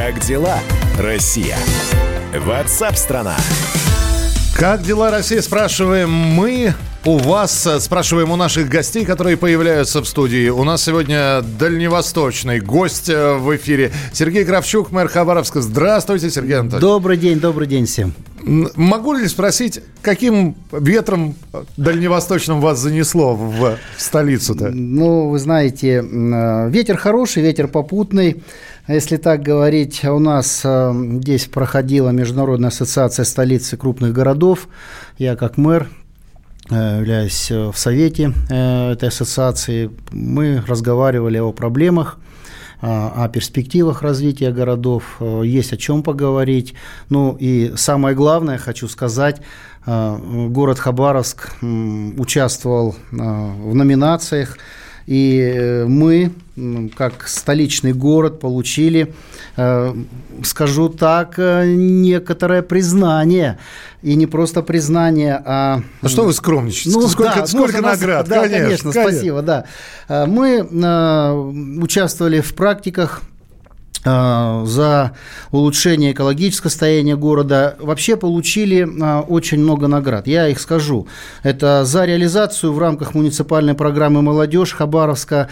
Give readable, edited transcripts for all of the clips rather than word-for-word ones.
Как дела, Россия? WhatsApp-страна. Как дела, Россия, спрашиваем мы у вас, спрашиваем у наших гостей, которые появляются в студии. У нас сегодня дальневосточный гость в эфире. Сергей Кравчук, мэр Хабаровска. Здравствуйте, Сергей Анатольевич. Добрый день всем. Могу ли спросить, каким ветром дальневосточным вас занесло в столицу-то? Ну, вы знаете, ветер хороший, ветер попутный. Если так говорить, у нас здесь проходила Международная ассоциация столиц и крупных городов. Я как мэр являюсь в совете этой ассоциации. Мы разговаривали о проблемах, о перспективах развития городов, есть о чем поговорить. Ну и самое главное, хочу сказать, город Хабаровск участвовал в номинациях, и мы, как столичный город, получили, скажу так, некоторое признание. И не просто признание, а... А что вы скромничаете? Ну, сколько наград? Да, конечно, спасибо. Да. Мы участвовали в практиках за улучшение экологического состояния города. Вообще получили очень много наград. Я их скажу. Это за реализацию в рамках муниципальной программы «Молодежь» Хабаровска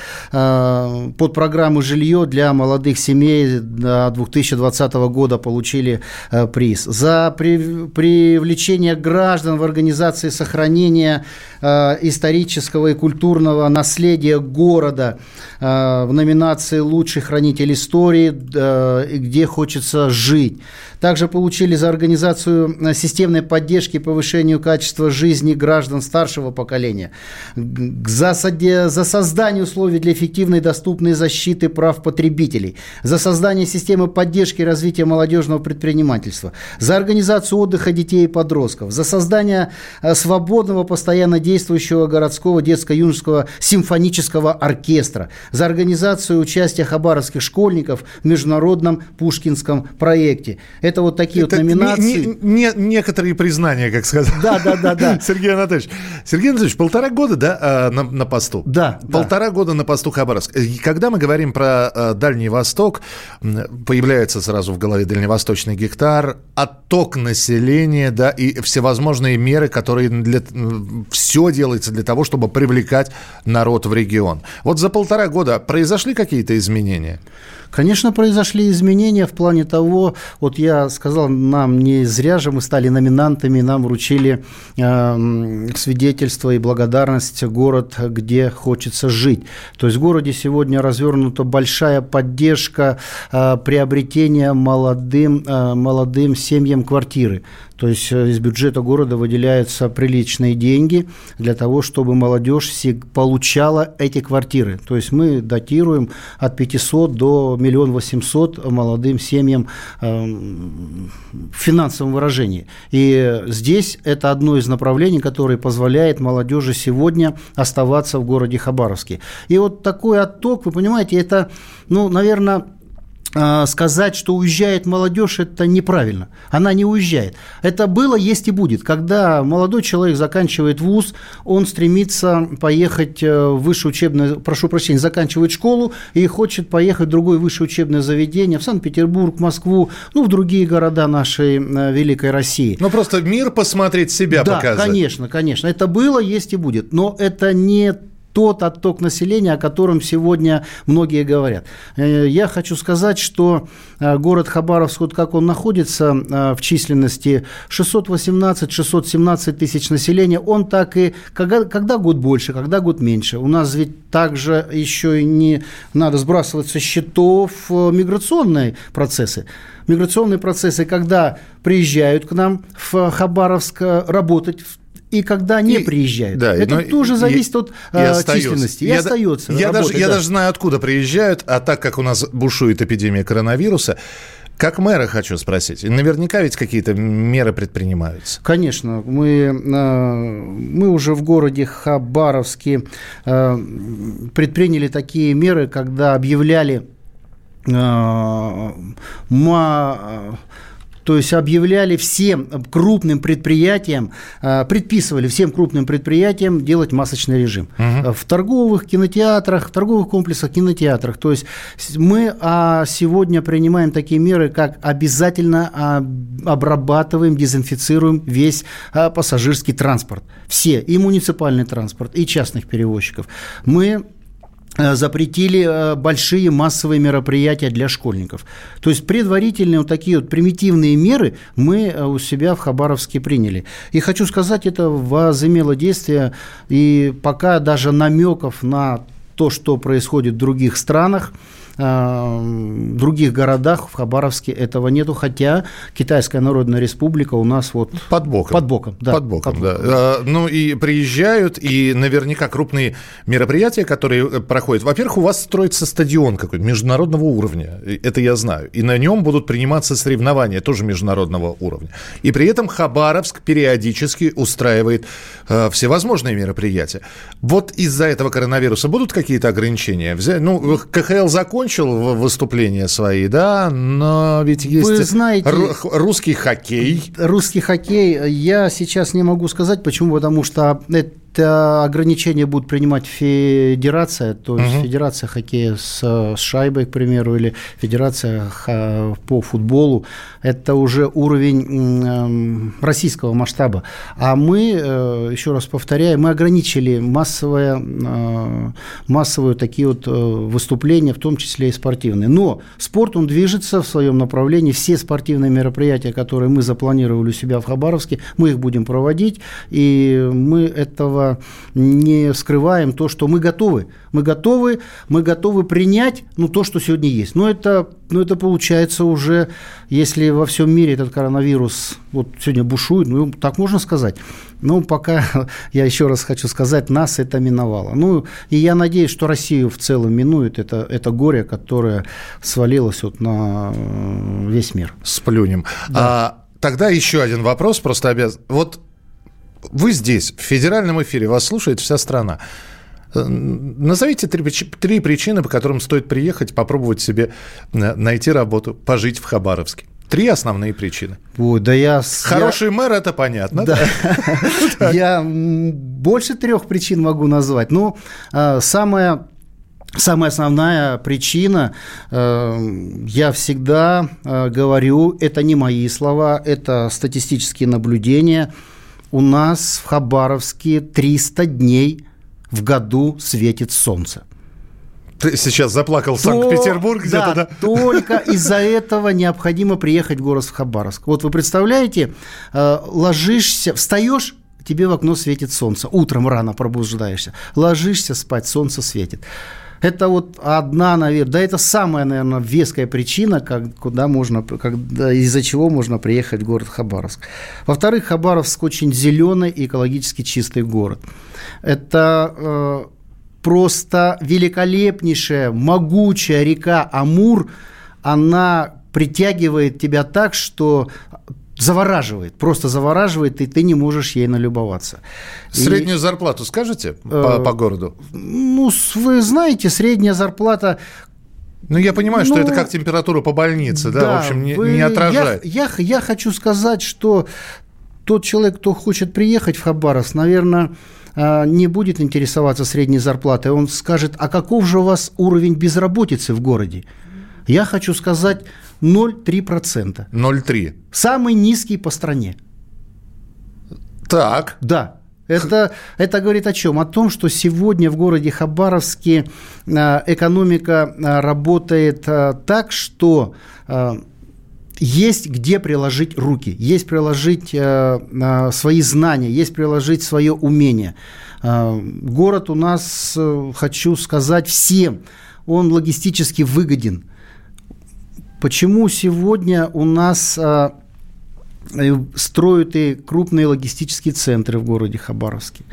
под программу «Жилье для молодых семей» до 2020 года получили приз. За привлечение граждан в организации сохранения исторического и культурного наследия города в номинации «Лучший хранитель истории», где хочется жить. Также получили за организацию системной поддержки и повышению качества жизни граждан старшего поколения, за создание условий для эффективной и доступной защиты прав потребителей, за создание системы поддержки и развития молодежного предпринимательства, за организацию отдыха детей и подростков, за создание свободного, постоянно действующего городского детско-юношеского симфонического оркестра, за организацию участия хабаровских школьников в международном пушкинском проекте. Это вот такие вот номинации. Некоторые признания, как сказал. Да. Сергей Анатольевич, 1,5 года, да, на посту? Да. 1,5 года на посту Хабаровск. Когда мы говорим про Дальний Восток, появляется сразу в голове дальневосточный гектар, отток населения, да, и всевозможные меры, которые все делается для того, чтобы привлекать народ в регион. Вот за 1,5 года произошли какие-то изменения? Конечно, произошли изменения в плане того, вот я сказал, нам не зря же мы стали номинантами, нам вручили свидетельство и благодарность «Город, где хочется жить». То есть в городе сегодня развернута большая поддержка приобретения молодым семьям квартиры. То есть из бюджета города выделяются приличные деньги для того, чтобы молодежь получала эти квартиры. То есть мы датируем от 500 до 1 800 000 молодым семьям в финансовом выражении. И здесь это одно из направлений, которое позволяет молодежи сегодня оставаться в городе Хабаровске. И вот такой отток, вы понимаете, это, наверное... Сказать, что уезжает молодежь, это неправильно. Она не уезжает. Это было, есть и будет. Когда молодой человек заканчивает вуз, он стремится поехать в высшее учебное, заканчивает школу и хочет поехать в другое высшее учебное заведение, в Санкт-Петербург, Москву, в другие города нашей великой России. Просто мир посмотреть, себя показать. Да, конечно. Это было, есть и будет. Но это не тот отток населения, о котором сегодня многие говорят. Я хочу сказать, что город Хабаровск, вот как он находится в численности 618-617 тысяч населения, он так и, когда год больше, когда год меньше. У нас ведь также еще и не надо сбрасывать со счетов миграционные процессы. Миграционные процессы, когда приезжают к нам в Хабаровск работать, и когда не приезжают. Да, это тоже зависит от численности. И остается. Я даже знаю, откуда приезжают, а так как у нас бушует эпидемия коронавируса, как мэра хочу спросить. Наверняка ведь какие-то меры предпринимаются. Конечно. Мы уже в городе Хабаровске предприняли такие меры, когда объявляли То есть объявляли всем крупным предприятиям, предписывали всем крупным предприятиям делать масочный режим. В торговых кинотеатрах, в торговых комплексах, кинотеатрах. То есть мы сегодня принимаем такие меры, как обязательно обрабатываем, дезинфицируем весь пассажирский транспорт. Все, и муниципальный транспорт, и частных перевозчиков. Мы запретили большие массовые мероприятия для школьников. То есть предварительные вот такие вот примитивные меры мы у себя в Хабаровске приняли. И хочу сказать, это возымело действие, и пока даже намеков на то, что происходит в других странах, в других городах, в Хабаровске этого нету, хотя Китайская Народная Республика у нас вот под боком. Под боком, да. Под боком, да. Ну и приезжают, и наверняка крупные мероприятия, которые проходят. Во-первых, у вас строится стадион какой-то международного уровня, это я знаю, и на нем будут приниматься соревнования тоже международного уровня. И при этом Хабаровск периодически устраивает всевозможные мероприятия. Вот из-за этого коронавируса будут какие-то ограничения? Ну, КХЛ закончил выступления свои, да, но ведь есть, вы знаете, русский хоккей. Русский хоккей я сейчас не могу сказать, почему, потому что это ограничения будут принимать федерация, то есть федерация хоккея с шайбой, к примеру, или федерация по футболу. Это уже уровень российского масштаба. А мы, еще раз повторяю, мы ограничили массовые такие вот выступления, в том числе и спортивные. Но спорт, он движется в своем направлении. Все спортивные мероприятия, которые мы запланировали у себя в Хабаровске, мы их будем проводить, и мы этого не скрываем, то, что мы готовы. Мы готовы принять то, что сегодня есть. Но это получается уже, если во всем мире этот коронавирус вот сегодня бушует, так можно сказать. Но пока, я еще раз хочу сказать, нас это миновало. И я надеюсь, что Россию в целом минует это горе, которое свалилось вот на весь мир. Сплюнем. Да. Тогда еще один вопрос, просто обязан. Вот вы здесь, в федеральном эфире, вас слушает вся страна. Назовите три причины, по которым стоит приехать, попробовать себе найти работу, пожить в Хабаровске. 3 основные причины. Ой, Хороший мэр, это понятно. Да. Я больше 3 причин могу назвать. Самая основная причина, я всегда говорю, это не мои слова, это статистические наблюдения. У нас в Хабаровске 300 дней в году светит солнце. Ты сейчас заплакал Санкт-Петербург где-то, да? Только из-за этого необходимо приехать в город Хабаровск. Вот вы представляете, ложишься, встаешь, тебе в окно светит солнце. Утром рано пробуждаешься. Ложишься спать, солнце светит. Это вот одна, наверное, да, это самая, наверное, веская причина, из-за чего можно приехать в город Хабаровск. Во-вторых, Хабаровск очень зеленый и экологически чистый город. Это просто великолепнейшая, могучая река Амур, она притягивает тебя так, что просто завораживает, и ты не можешь ей налюбоваться. Среднюю зарплату скажете по городу? Вы знаете, средняя зарплата... я понимаю, что это как температура по больнице, да, в общем, не отражает. Я хочу сказать, что тот человек, кто хочет приехать в Хабаровск, наверное, не будет интересоваться средней зарплатой. Он скажет, а каков же у вас уровень безработицы в городе? Я хочу сказать 0,3%. 0,3%. Самый низкий по стране. Так. Да. Это говорит о чем? О том, что сегодня в городе Хабаровске экономика работает так, что есть где приложить руки, есть приложить свои знания, есть приложить свое умение. Город у нас, хочу сказать всем, он логистически выгоден. Почему сегодня у нас строят и крупные логистические центры в городе Хабаровске?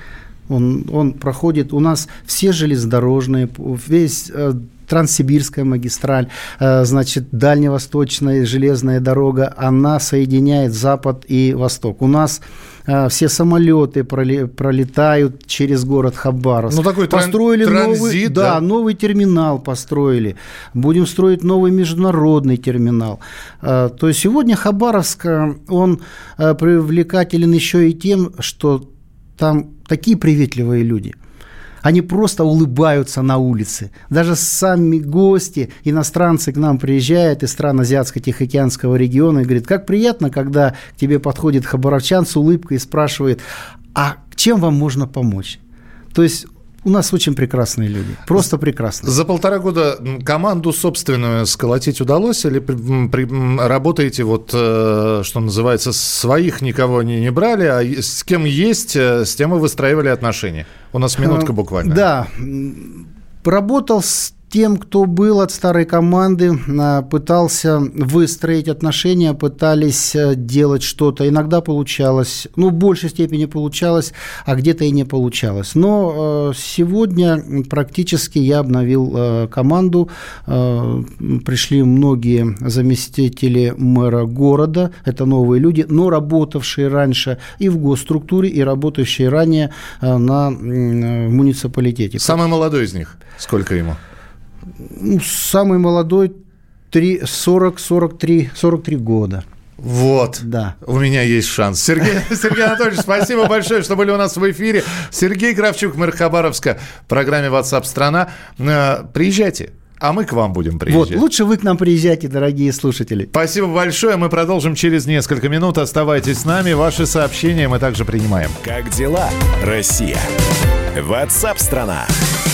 Он проходит, у нас все железнодорожные, весь Транссибирская магистраль, значит, дальневосточная железная дорога, она соединяет Запад и Восток. У нас все самолеты пролетают через город Хабаровск. Ну, такой построили транзит, новый терминал построили. Будем строить новый международный терминал. То есть сегодня Хабаровск, он привлекателен еще и тем, что там такие приветливые люди. Они просто улыбаются на улице. Даже сами гости, иностранцы к нам приезжают из стран Азиатско-Тихоокеанского региона и говорят, как приятно, когда к тебе подходит хабаровчан с улыбкой и спрашивает, а чем вам можно помочь? То есть у нас очень прекрасные люди, просто прекрасные. За 1,5 года команду собственную сколотить удалось или работаете, вот, что называется, своих никого не брали, а с кем есть, с тем и выстраивали отношения? У нас минутка буквально. Да, работал с тем, кто был от старой команды, пытался выстроить отношения, пытались делать что-то. Иногда получалось, в большей степени получалось, а где-то и не получалось. Но сегодня практически я обновил команду. Пришли многие заместители мэра города. Это новые люди, но работавшие раньше и в госструктуре, и работающие ранее в муниципалитете. Самый молодой из них, сколько ему? Самый молодой 43 года. Вот, да. У меня есть шанс. Сергей Анатольевич, спасибо большое, что были у нас в эфире. Сергей Кравчук, мэр Хабаровска, в программе WhatsApp страна. Приезжайте, а мы к вам будем приезжать. Вот, лучше вы к нам приезжайте, дорогие слушатели. Спасибо большое, мы продолжим через несколько минут. Оставайтесь с нами, ваши сообщения мы также принимаем. Как дела, Россия? WhatsApp страна.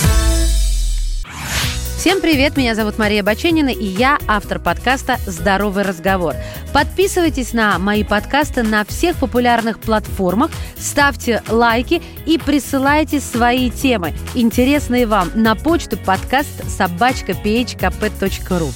Всем привет, меня зовут Мария Баченина, и я автор подкаста «Здоровый разговор». Подписывайтесь на мои подкасты на всех популярных платформах, ставьте лайки и присылайте свои темы, интересные вам, на почту podcast@phkp.ru.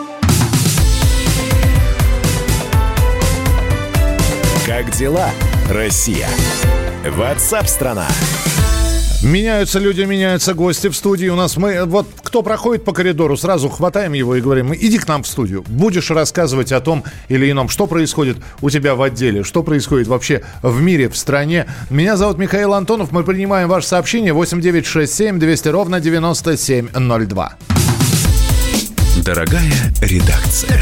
Как дела, Россия? WhatsApp страна. Меняются люди, меняются гости в студии. У нас вот кто проходит по коридору, сразу хватаем его и говорим: иди к нам в студию. Будешь рассказывать о том или ином, что происходит у тебя в отделе, что происходит вообще в мире, в стране. Меня зовут Михаил Антонов. Мы принимаем ваше сообщение 8967 200 ровно 9702. Дорогая редакция.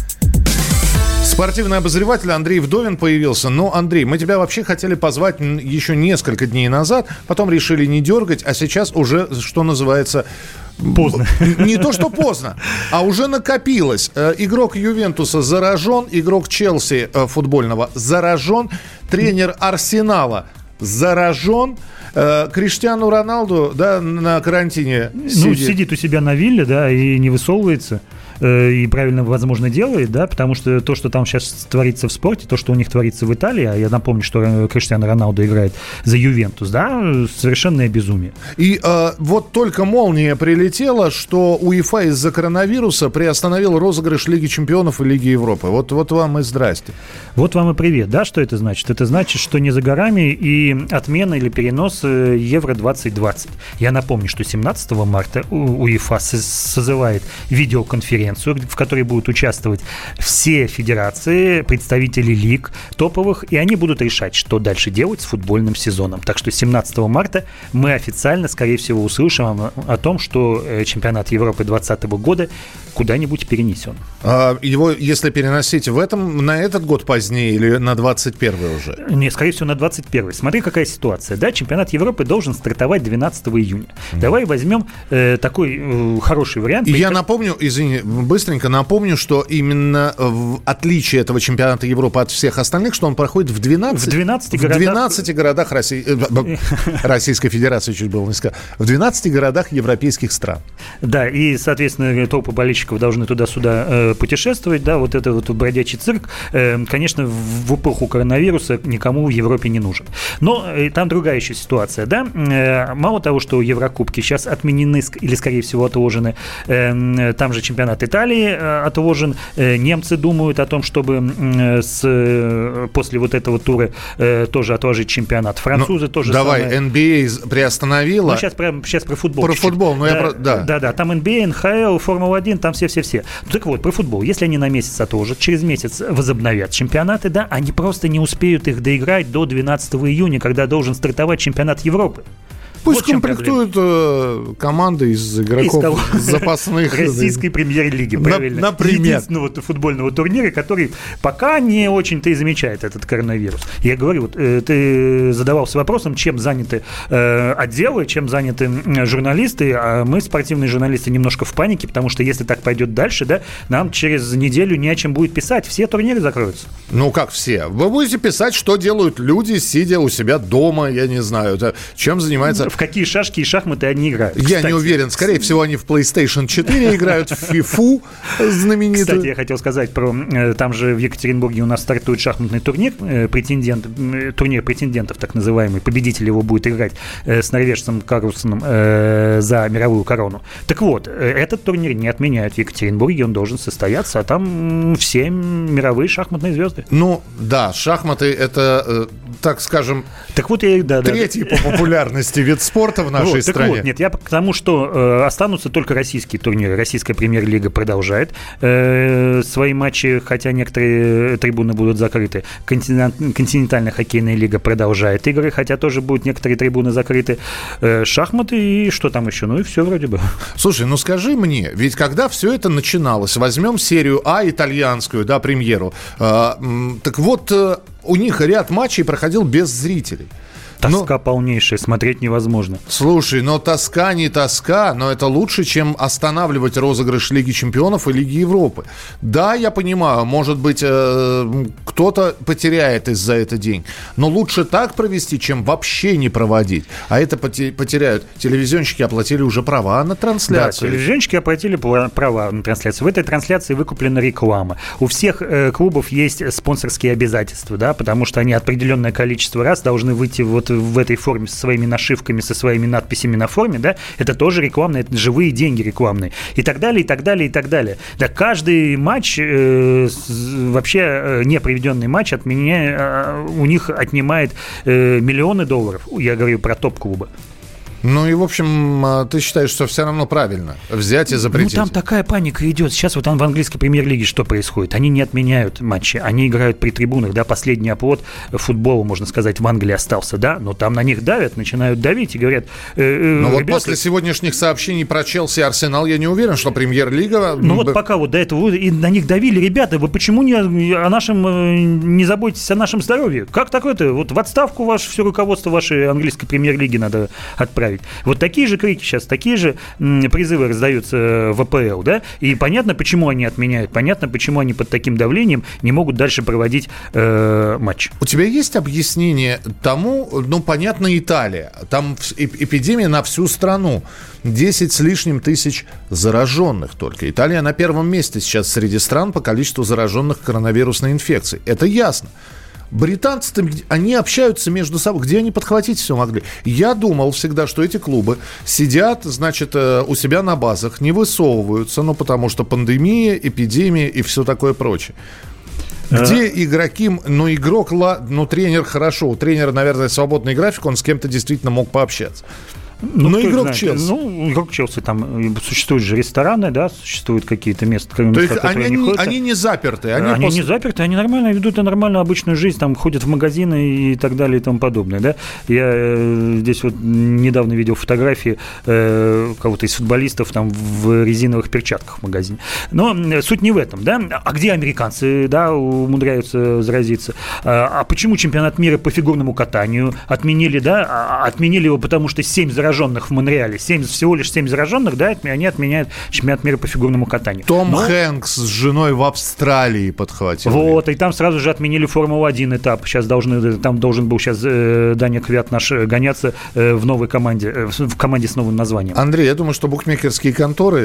Спортивный обозреватель Андрей Вдовин появился. Ну, Андрей, мы тебя вообще хотели позвать еще несколько дней назад, потом решили не дергать, а сейчас уже, что называется... Поздно. Не то, что поздно, а уже накопилось. Игрок Ювентуса заражен, игрок Челси футбольного заражен, тренер Арсенала заражен, Криштиану Роналду, да, на карантине сидит у себя на вилле, да, и не высовывается. И правильно, возможно, делает, да, потому что то, что там сейчас творится в спорте, то, что у них творится в Италии, а я напомню, что Криштиану Роналду играет за Ювентус, да, совершенное безумие. И вот только молния прилетела, что УЕФА из-за коронавируса приостановил розыгрыш Лиги Чемпионов и Лиги Европы. Вот вам и здрасте. Вот вам и привет, да, что это значит? Это значит, что не за горами и отмена или перенос Евро-2020. Я напомню, что 17 марта УЕФА созывает видеоконференцию, в которой будут участвовать все федерации, представители лиг топовых, и они будут решать, что дальше делать с футбольным сезоном. Так что 17 марта мы официально, скорее всего, услышим о том, что чемпионат Европы 2020 года куда-нибудь перенесен. Его, если переносить на этот год позднее или на 21 уже? Нет, скорее всего, на 21. Смотри, какая ситуация. Да, чемпионат Европы должен стартовать 12 июня. Давай возьмем такой хороший вариант. Я напомню, извини, быстренько напомню, что именно в отличие этого чемпионата Европы от всех остальных, что он проходит в 12 городах Российской Федерации, чуть было не сказал, в 12 городах европейских стран. Да, и, соответственно, толпы болельщиков болельщиков должны туда-сюда путешествовать, да, вот это вот бродячий цирк, конечно, в эпоху коронавируса никому в Европе не нужен. Но там другая еще ситуация, да, мало того, что Еврокубки сейчас отменены или, скорее всего, отложены, там же чемпионат Италии отложен, немцы думают о том, чтобы после вот этого тура тоже отложить чемпионат, французы тоже давай, самое. NBA приостановила. Ну, сейчас про футбол. Про футбол, ну да, там NBA, НХЛ, Формула-1, там все-все-все. Так вот, про футбол. Если они на месяц отложат, через месяц возобновят чемпионаты, да, они просто не успеют их доиграть до 12 июня, когда должен стартовать чемпионат Европы. Пусть вот комплектуют команды из игроков запасных. Российской премьер-лиги, правильно. Например. Единственного футбольного турнира, который пока не очень-то и замечает этот коронавирус. Я говорю, вот ты задавался вопросом, чем заняты отделы, чем заняты журналисты, а мы, спортивные журналисты, немножко в панике, потому что если так пойдет дальше, да, нам через неделю не о чем будет писать, все турниры закроются. Ну, как все? Вы будете писать, что делают люди, сидя у себя дома, я не знаю, чем занимается... В какие шашки и шахматы они играют? Я не уверен. Скорее всего, они в PlayStation 4 играют, в FIFA знаменитую. Кстати, я хотел сказать про... Там же в Екатеринбурге у нас стартует шахматный турнир, турнир претендентов, так называемый. Победитель его будет играть с норвежцем Карлсоном за мировую корону. Так вот, этот турнир не отменяют в Екатеринбурге, он должен состояться, а там все мировые шахматные звезды. Ну, да, шахматы — это, так скажем, так вот третий по популярности вид спорта в нашей стране. Вот, нет, я к тому, что останутся только российские турниры. Российская премьер-лига продолжает свои матчи, хотя некоторые трибуны будут закрыты. Континентальная хоккейная лига продолжает игры, хотя тоже будут некоторые трибуны закрыты. Шахматы и что там еще? Ну и все вроде бы. Слушай, ну скажи мне, ведь когда все это начиналось, возьмем серию А итальянскую, да, премьеру, так вот, у них ряд матчей проходил без зрителей. Тоска полнейшая, смотреть невозможно. Слушай, но тоска не тоска, но это лучше, чем останавливать розыгрыш Лиги Чемпионов и Лиги Европы. Да, я понимаю, может быть, кто-то потеряет из-за этого день, но лучше так провести, чем вообще не проводить. А это потеряют. Телевизионщики оплатили уже права на трансляцию. Да, телевизионщики оплатили права на трансляцию. В этой трансляции выкуплена реклама. У всех клубов есть спонсорские обязательства, да, потому что они определенное количество раз должны выйти вот в этой форме со своими нашивками, со своими надписями на форме, да, это тоже рекламные, это живые деньги рекламные. И так далее, и так далее, и так далее. Да, каждый матч, вообще не проведенный матч у них отнимает миллионы долларов. Я говорю про топ-клубы. Ну и, в общем, ты считаешь, что все равно правильно взять и запретить? Ну, там такая паника идет. Сейчас вот там в английской премьер-лиге что происходит? Они не отменяют матчи, они играют при трибунах, да, последний оплот футбола, можно сказать, в Англии остался, да, но там на них давят, начинают давить и говорят... Ну вот после сегодняшних сообщений про Челси и Арсенал я не уверен, что премьер-лига... Ну вот пока вот до этого и на них давили, ребята, вы почему не заботитесь о нашем здоровье? Как такое-то? Вот в отставку все руководство вашей английской премьер-лиги надо отправить. Вот такие же крики сейчас, такие же призывы раздаются в АПЛ, да, и понятно, почему они отменяют, понятно, почему они под таким давлением не могут дальше проводить матч. У тебя есть объяснение тому, ну, понятно, Италия, там эпидемия на всю страну, 10 с лишним тысяч зараженных только. Италия на первом месте сейчас среди стран по количеству зараженных коронавирусной инфекцией, это ясно. Британцы-то, они общаются между собой. Где они подхватить все могли? Я думал всегда, что эти клубы сидят, значит, у себя на базах, не высовываются, ну, потому что пандемия, эпидемия и все такое прочее. Где игроки, ну, игрок, ну, тренер хорошо. У тренера, наверное, свободный график, он с кем-то действительно мог пообщаться. Ну, игрок Челси. Ну, игрок Челси, там существуют же рестораны, да, существуют какие-то места, то есть они не заперты? Они не заперты, они нормально ведут нормальную обычную жизнь, там ходят в магазины и так далее и тому подобное, да. Я здесь вот недавно видел фотографии кого-то из футболистов там в резиновых перчатках в магазине. Но суть не в этом, да. А где американцы, да, умудряются заразиться? А почему чемпионат мира по фигурному катанию отменили, да? Отменили его, потому что 7 зараженных в Монреале, всего лишь 7 зараженных, да, они отменяют чемпионат мира по фигурному катанию. Том Хэнкс с женой в Австралии подхватил. Вот, и там сразу же отменили Формулу-1 этап. Там должен был сейчас Даня Квят наш гоняться в новой команде, в команде с новым названием. Андрей, я думаю, что букмекерские конторы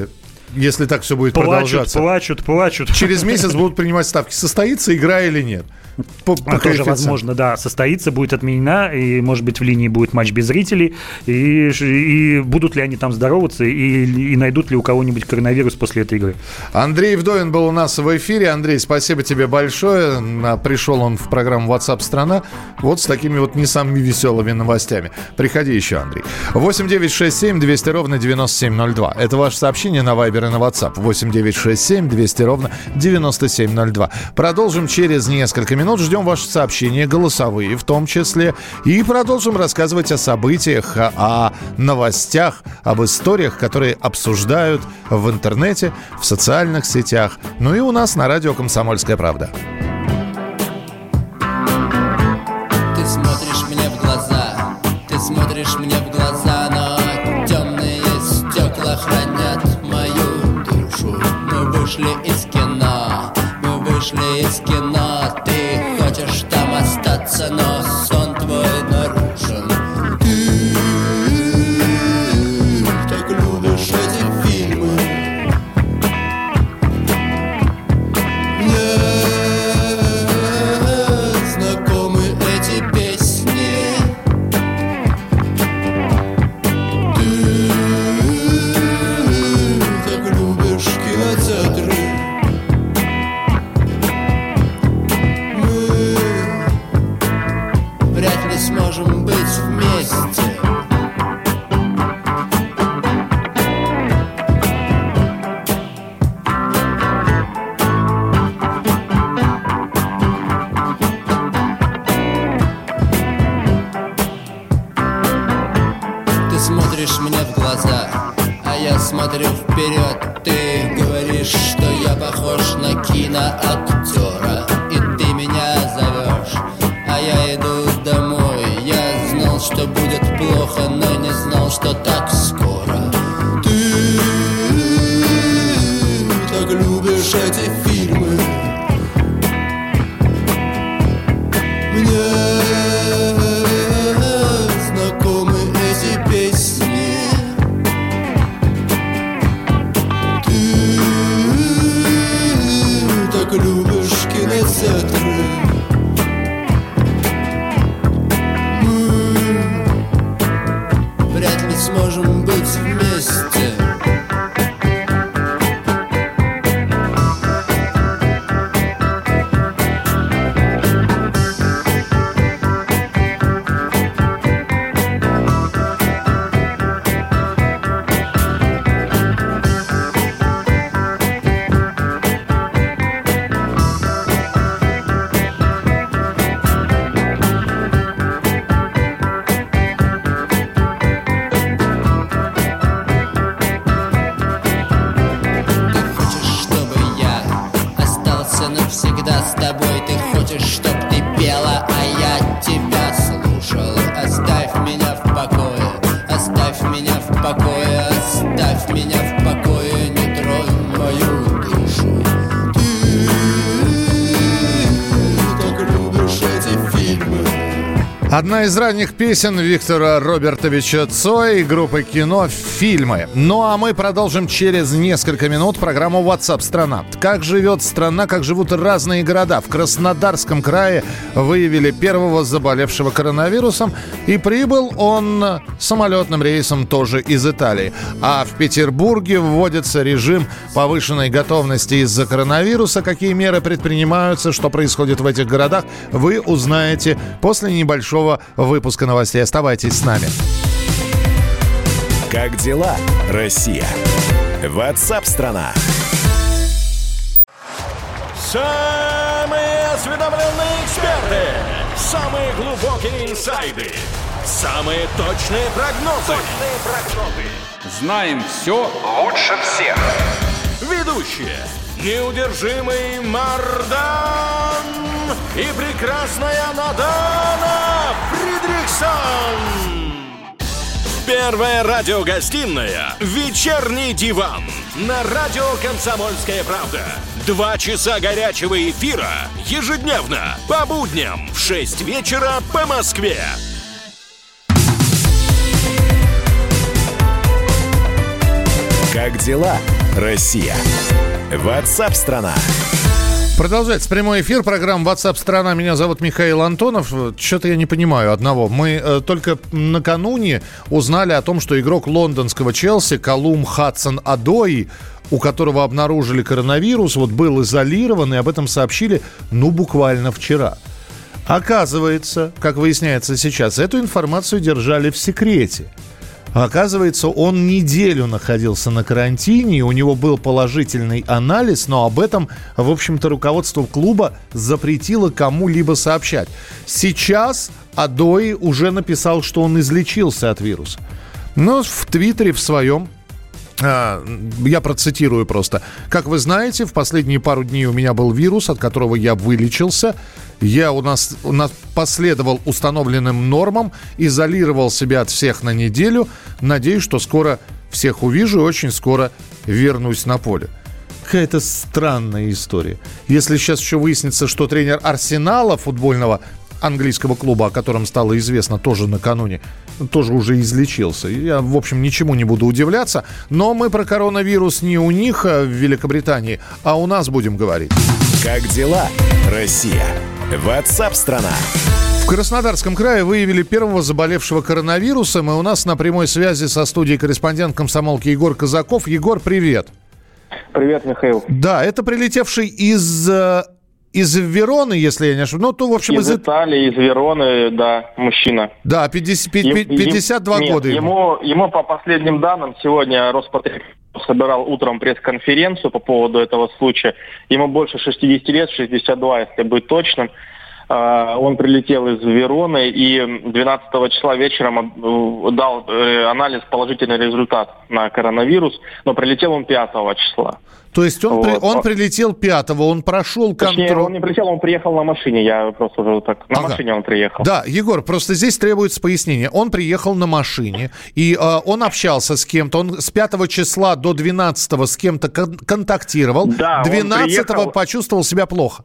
если так все будет продолжаться. Плачут. Через месяц будут принимать ставки, состоится игра или нет. Тоже возможно, да, состоится, будет отменена, и, может быть, в линии будет матч без зрителей, и будут ли они там здороваться, и найдут ли у кого-нибудь коронавирус после этой игры. Андрей Вдовин был у нас в эфире. Андрей, спасибо тебе большое. Пришел он в программу WhatsApp страна вот с такими вот не самыми веселыми новостями. Приходи еще, Андрей. 8 200 ровно 9702. Это ваше сообщение на Viber и на WhatsApp. 8 200 ровно 9702. Продолжим через несколько минут. Ждем ваши сообщения, голосовые в том числе. И продолжим рассказывать о событиях, о новостях, об историях, которые обсуждают в интернете, в социальных сетях. Ну и у нас на радио «Комсомольская правда». Ты смотришь мне в глаза, но темные стекла хранят мою душу. Мы вышли из кино, ты хочешь там остаться, но сон твой нарушен. Ты так любишь эти фильмы. Мне знакомы эти песни. Ты так любишь кинотеатры. Вряд ли сможем быть вместе. Ты смотришь мне в глаза, а я смотрю вперед. Ты говоришь, что я похож на киноактера, и ты меня зовешь, а я иду домой. Я знал, что будет плохо, но не знал, что так скоро. Ты так любишь эти фильмы. Мне знакомы эти песни. Ты так любишь кинотеатры. Вряд ли сможем быть вместе. Навсегда с тобой. Ты хочешь, чтоб ты пела, а я тебя слушал. Оставь меня в покое, оставь меня в покое, оставь меня в покое, не тронь мою душу. Ты так любишь эти фильмы. Одна из ранних песен Виктора Робертовича Цоя и группы «Кино» «Фильмы». Ну а мы продолжим через несколько минут программу WhatsApp страна. Как живет страна, как живут разные города. В Краснодарском крае выявили первого заболевшего коронавирусом, и прибыл он самолетным рейсом тоже из Италии. А в Петербурге вводится режим повышенной готовности из-за коронавируса. Какие меры предпринимаются, что происходит в этих городах, вы узнаете после небольшого выпуска новостей. Оставайтесь с нами. Как дела, Россия? WhatsApp-страна. Самые осведомленные эксперты, самые глубокие инсайды, самые точные прогнозы. Знаем все лучше всех. Ведущие: неудержимый Мардан и прекрасная Надана Фридрихсон. Первая радиогостинная «Вечерний диван» на радио «Комсомольская правда». 2 часа горячего эфира ежедневно по будням в 6 вечера по Москве. Как дела, Россия. WhatsApp-страна. Продолжается прямой эфир программы WhatsApp-страна. Меня зовут Михаил Антонов. Что-то я не понимаю одного. Мы только накануне узнали о том, что игрок лондонского Челси Калум Хадсон-Одои, у которого обнаружили коронавирус, был изолирован, и об этом сообщили, буквально вчера. Оказывается, как выясняется сейчас, эту информацию держали в секрете. Оказывается, он неделю находился на карантине, и у него был положительный анализ, но об этом, в общем-то, руководство клуба запретило кому-либо сообщать. Сейчас Одои уже написал, что он излечился от вируса. Но в Твиттере в своем, я процитирую просто. Как вы знаете, в последние пару дней у меня был вирус, от которого я вылечился. Я у нас последовал установленным нормам, изолировал себя от всех на неделю. Надеюсь, что скоро всех увижу и очень скоро вернусь на поле. Какая-то странная история. Если сейчас еще выяснится, что тренер Арсенала, футбольного английского клуба, о котором стало известно тоже накануне, тоже уже излечился. Я, в общем, ничему не буду удивляться. Но мы про коронавирус не у них в Великобритании, а у нас будем говорить. Как дела, Россия? WhatsApp-страна. В Краснодарском крае выявили первого заболевшего коронавирусом, и у нас на прямой связи со студией корреспондент комсомолки Егор Казаков. Егор, привет. Привет, Михаил. Да, это прилетевший из Вероны, если я не ошибаюсь. В общем, из Италии, из Вероны, да, мужчина. Да, 52 года ему. Ему, по последним данным, сегодня Роспотребнадзор собирал утром пресс-конференцию по поводу этого случая. Ему больше 60 лет, 62, если быть точным. Он прилетел из Вероны и 12 числа вечером дал анализ, положительный результат на коронавирус, но прилетел он 5 числа. То есть он прилетел 5-го, он прошел контроль... Точнее, он не прилетел, он приехал на машине, я просто уже так... На машине он приехал. Да, Егор, просто здесь требуется пояснение. Он приехал на машине, и он общался с кем-то, он с 5 числа до 12 с кем-то контактировал, да, 12 почувствовал себя плохо.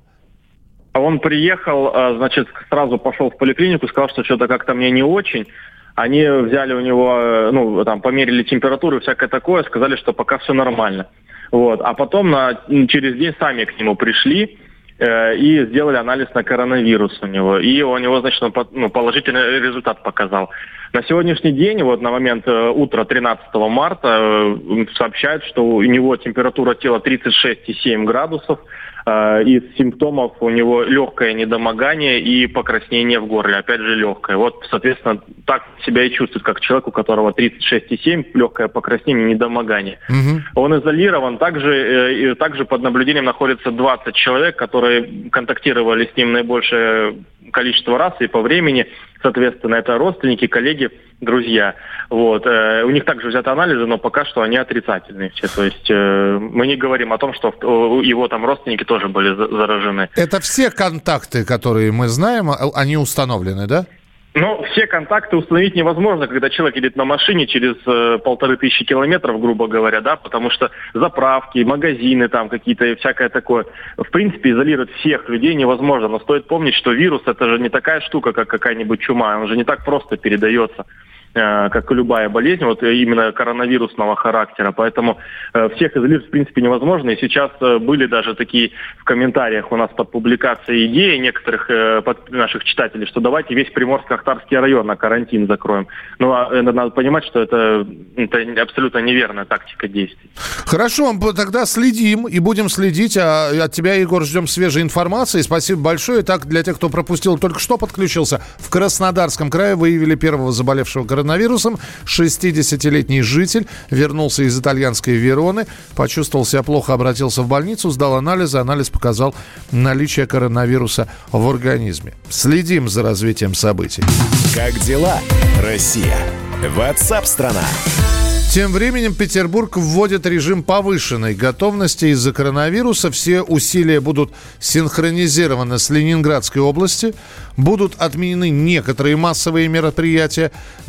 Он приехал, значит, сразу пошел в поликлинику, сказал, что что-то как-то мне не очень. Они взяли у него, померили температуру и всякое такое, сказали, что пока все нормально. А потом через день сами к нему пришли и сделали анализ на коронавирус у него. И у него, значит, положительный результат показал. На сегодняшний день, на момент утра 13 марта, сообщают, что у него температура тела 36,7 градусов. Из симптомов у него легкое недомогание и покраснение в горле, опять же легкое. Соответственно, так себя и чувствует, как человек, у которого 36,7, легкое покраснение, недомогание. Угу. Он изолирован. Также под наблюдением находится 20 человек, которые контактировали с ним наибольшее количество раз и по времени. Соответственно, это родственники, коллеги, друзья. У них также взяты анализы, но пока что они отрицательные все. То есть мы не говорим о том, что его родственники тоже были заражены. Это все контакты, которые мы знаем, они установлены, да? Все контакты установить невозможно, когда человек едет на машине через 1500 километров, грубо говоря, да, потому что заправки, магазины там какие-то и всякое такое. В принципе, изолировать всех людей невозможно, но стоит помнить, что вирус — это же не такая штука, как какая-нибудь чума, он же не так просто передается, как и любая болезнь, именно коронавирусного характера. Поэтому всех изолировать в принципе невозможно. И сейчас были даже такие в комментариях у нас под публикацией идеи некоторых наших читателей, что давайте весь Приморско-Ахтарский район на карантин закроем. Надо понимать, что это абсолютно неверная тактика действий. Хорошо, тогда следим и будем следить. От тебя, Егор, ждем свежей информации. Спасибо большое. Так, для тех, кто пропустил, только что подключился, в Краснодарском крае выявили первого заболевшего коронавирусом. 60-летний житель вернулся из итальянской Вероны, почувствовал себя плохо, обратился в больницу, сдал анализы. Анализ показал наличие коронавируса в организме. Следим за развитием событий. Как дела, Россия? WhatsApp-страна. Тем временем Петербург вводит режим повышенной готовности из-за коронавируса. Все усилия будут синхронизированы с Ленинградской областью. Будут отменены некоторые массовые мероприятия.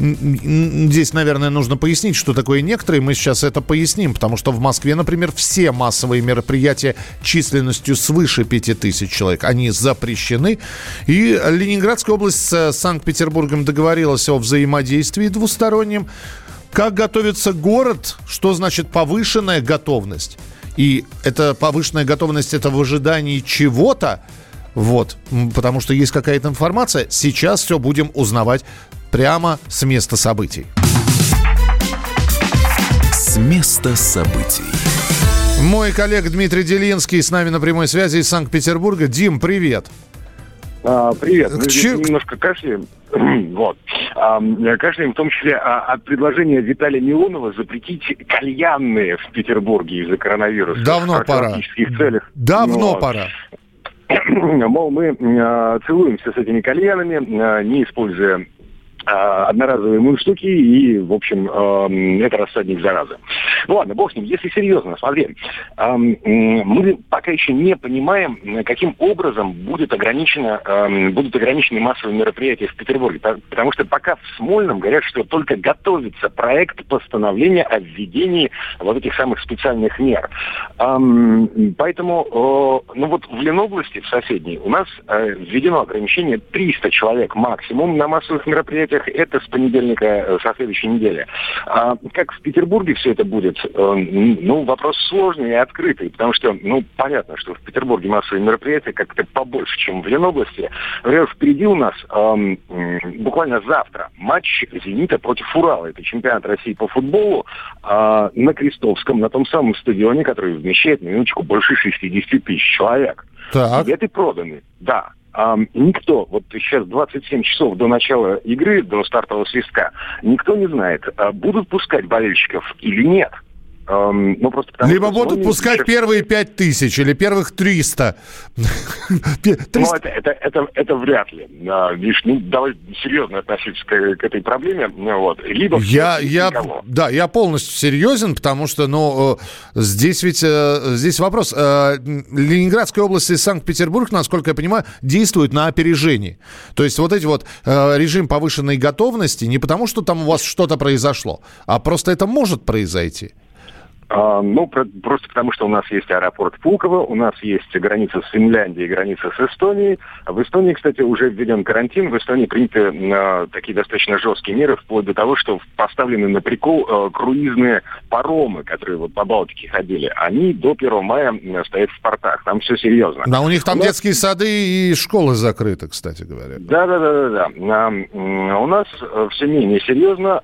Здесь, наверное, нужно пояснить, что такое некоторые. Мы сейчас это поясним, потому что в Москве, например, все массовые мероприятия численностью свыше 5000 человек, они запрещены. И Ленинградская область с Санкт-Петербургом договорилась о взаимодействии двустороннем. как готовится город, что значит повышенная готовность. И эта повышенная готовность, это в ожидании чего-то, вот, потому что есть какая-то информация. Сейчас все будем узнавать прямо с места событий. С места событий. Мой коллега Дмитрий Делинский с нами на прямой связи из Санкт-Петербурга. Дим, привет. Привет. Мы здесь немножко кашляем. Вот. Кашляем в том числе от предложения Виталия Милонова запретить кальянные в Петербурге из-за коронавируса. Давно пора. Целях. Давно пора. Мол, мы целуемся с этими кальянами, не используя одноразовые мундштуки, и, в общем, это рассадник заразы. Ну ладно, бог с ним. Если серьезно, смотри, мы пока еще не понимаем, каким образом будут ограничены массовые мероприятия в Петербурге. Потому что пока в Смольном говорят, что только готовится проект постановления о введении вот этих самых специальных мер. Поэтому, в Ленобласти, в соседней, у нас введено ограничение 300 человек максимум на массовых мероприятиях. Это с понедельника, со следующей недели. Как в Петербурге все это будет? Вопрос сложный и открытый, потому что, понятно, что в Петербурге массовые мероприятия как-то побольше, чем в Ленобласти. Например, впереди у нас буквально завтра матч «Зенита» против «Урала». Это чемпионат России по футболу на Крестовском, на том самом стадионе, который вмещает, на минуточку, больше 60 тысяч человек. Так. Билеты проданы, да. Никто, вот сейчас 27 часов до начала игры, до стартового свистка, никто не знает, будут пускать болельщиков или нет. Просто потому, либо будут пускать первые 5000 или первых 300. Это вряд ли. Видишь, давай серьезно относиться к этой проблеме. Либо я полностью серьезен, потому что, здесь вопрос. Ленинградская область и Санкт-Петербург, насколько я понимаю, действуют на опережении. То есть вот эти режим повышенной готовности не потому, что там у вас что-то произошло, а просто это может произойти. Просто потому, что у нас есть аэропорт Пулково, у нас есть граница с Финляндией, граница с Эстонией. В Эстонии, кстати, уже введен карантин. В Эстонии приняты такие достаточно жесткие меры, вплоть до того, что поставлены на прикол круизные паромы, которые по Балтике ходили. Они до 1 мая стоят в портах. Там все серьезно. Да, у них там детские сады и школы закрыты, кстати говоря. Да. У нас все менее серьезно.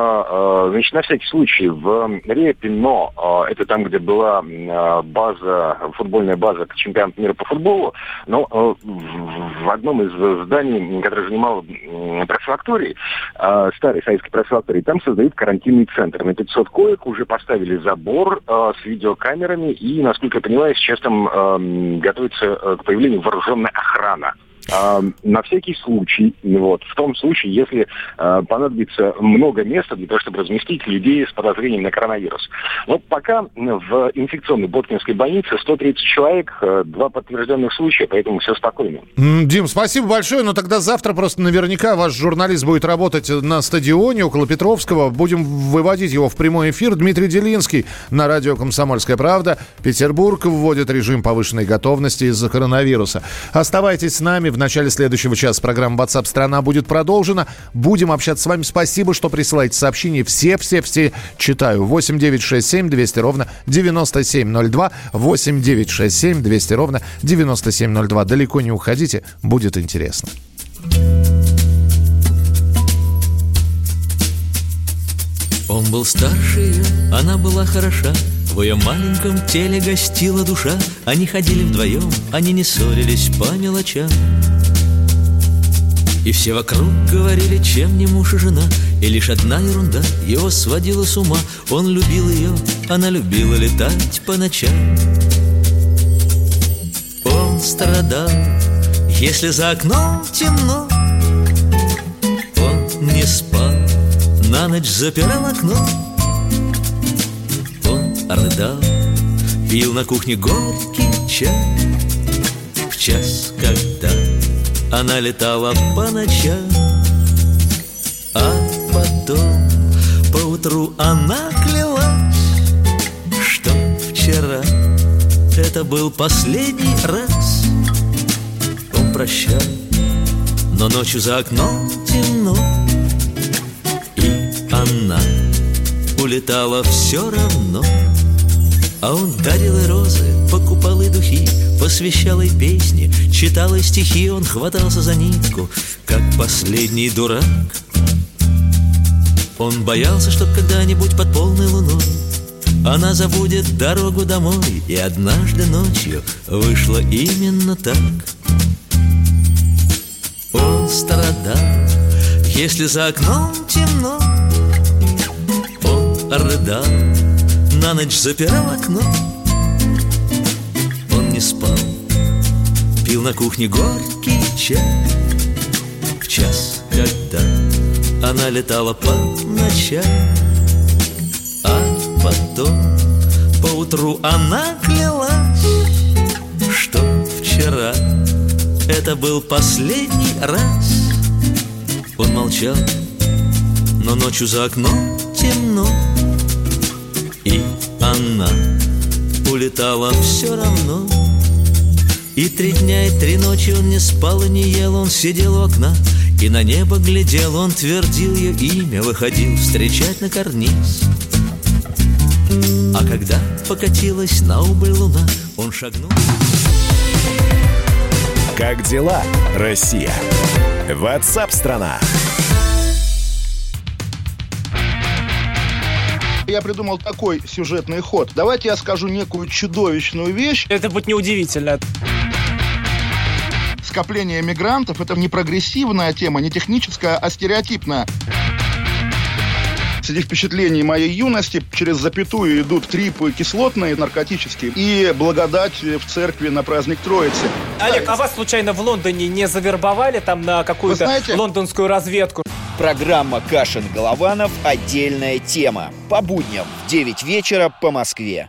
На всякий случай, в Репино, это там, где была футбольная база чемпионата мира по футболу, но в одном из зданий, которое занимало пресс-факторий, старый советский пресс-факторий, там создают карантинный центр. На 500 коек уже поставили забор с видеокамерами, и, насколько я понимаю, сейчас там готовится к появлению вооруженная охрана. На всякий случай, в том случае, если понадобится много места для того, чтобы разместить людей с подозрением на коронавирус. Пока в инфекционной Боткинской больнице 130 человек, 2 подтвержденных случая, поэтому все спокойно. Дим, спасибо большое, но тогда завтра просто наверняка ваш журналист будет работать на стадионе около Петровского. Будем выводить его в прямой эфир. Дмитрий Делинский на радио «Комсомольская правда». Петербург вводит режим повышенной готовности из-за коронавируса. Оставайтесь с нами. В начале следующего часа программа WhatsApp страна будет продолжена. Будем общаться с вами. Спасибо, что присылаете сообщения. Все читаю. 8 9 6 7 200 ровно 9702. 8 9 6 7 200 ровно 9702. Далеко не уходите. Будет интересно. Он был старше ее, она была хороша. В ее маленьком теле гостила душа. Они ходили вдвоем, они не ссорились по мелочам. И все вокруг говорили, чем не муж и жена. И лишь одна ерунда его сводила с ума. Он любил ее, она любила летать по ночам. Он страдал, если за окном темно. Он не спал, на ночь запирал окно. Рыдал, пил на кухне горький чай. В час, когда она летала по ночам. А потом поутру она клялась, что вчера это был последний раз. Он прощал, но ночью за окном темно. И она улетала все равно. А он дарил ей розы, покупал ей духи, посвящал ей песни, читал ей стихи. Он хватался за нитку, как последний дурак. Он боялся, что когда-нибудь под полной луной она забудет дорогу домой. И однажды ночью вышло именно так. Он страдал, если за окном темно. Он рыдал, на ночь запирал окно. Он не спал, пил на кухне горький чай. В час, когда она летала по ночам, а потом поутру она клялась, что вчера это был последний раз. Он молчал, но ночью за окном темно, и она улетала все равно. И 3 дня и 3 ночи он не спал и не ел. Он сидел у окна и на небо глядел. Он твердил ее имя, выходил встречать на карниз. А когда покатилась на убыль луна, он шагнул. Как дела, Россия? WhatsApp-страна. Я придумал такой сюжетный ход. Давайте я скажу некую чудовищную вещь. Это будет неудивительно. Скопление мигрантов – это не прогрессивная тема, не техническая, а стереотипная. Среди впечатлений моей юности через запятую идут трипы кислотные, наркотические, и благодать в церкви на праздник Троицы. Олег, а вас случайно в Лондоне не завербовали там на какую-то лондонскую разведку? Программа Кашин-Голованов «Отдельная тема». По будням в 9 вечера по Москве.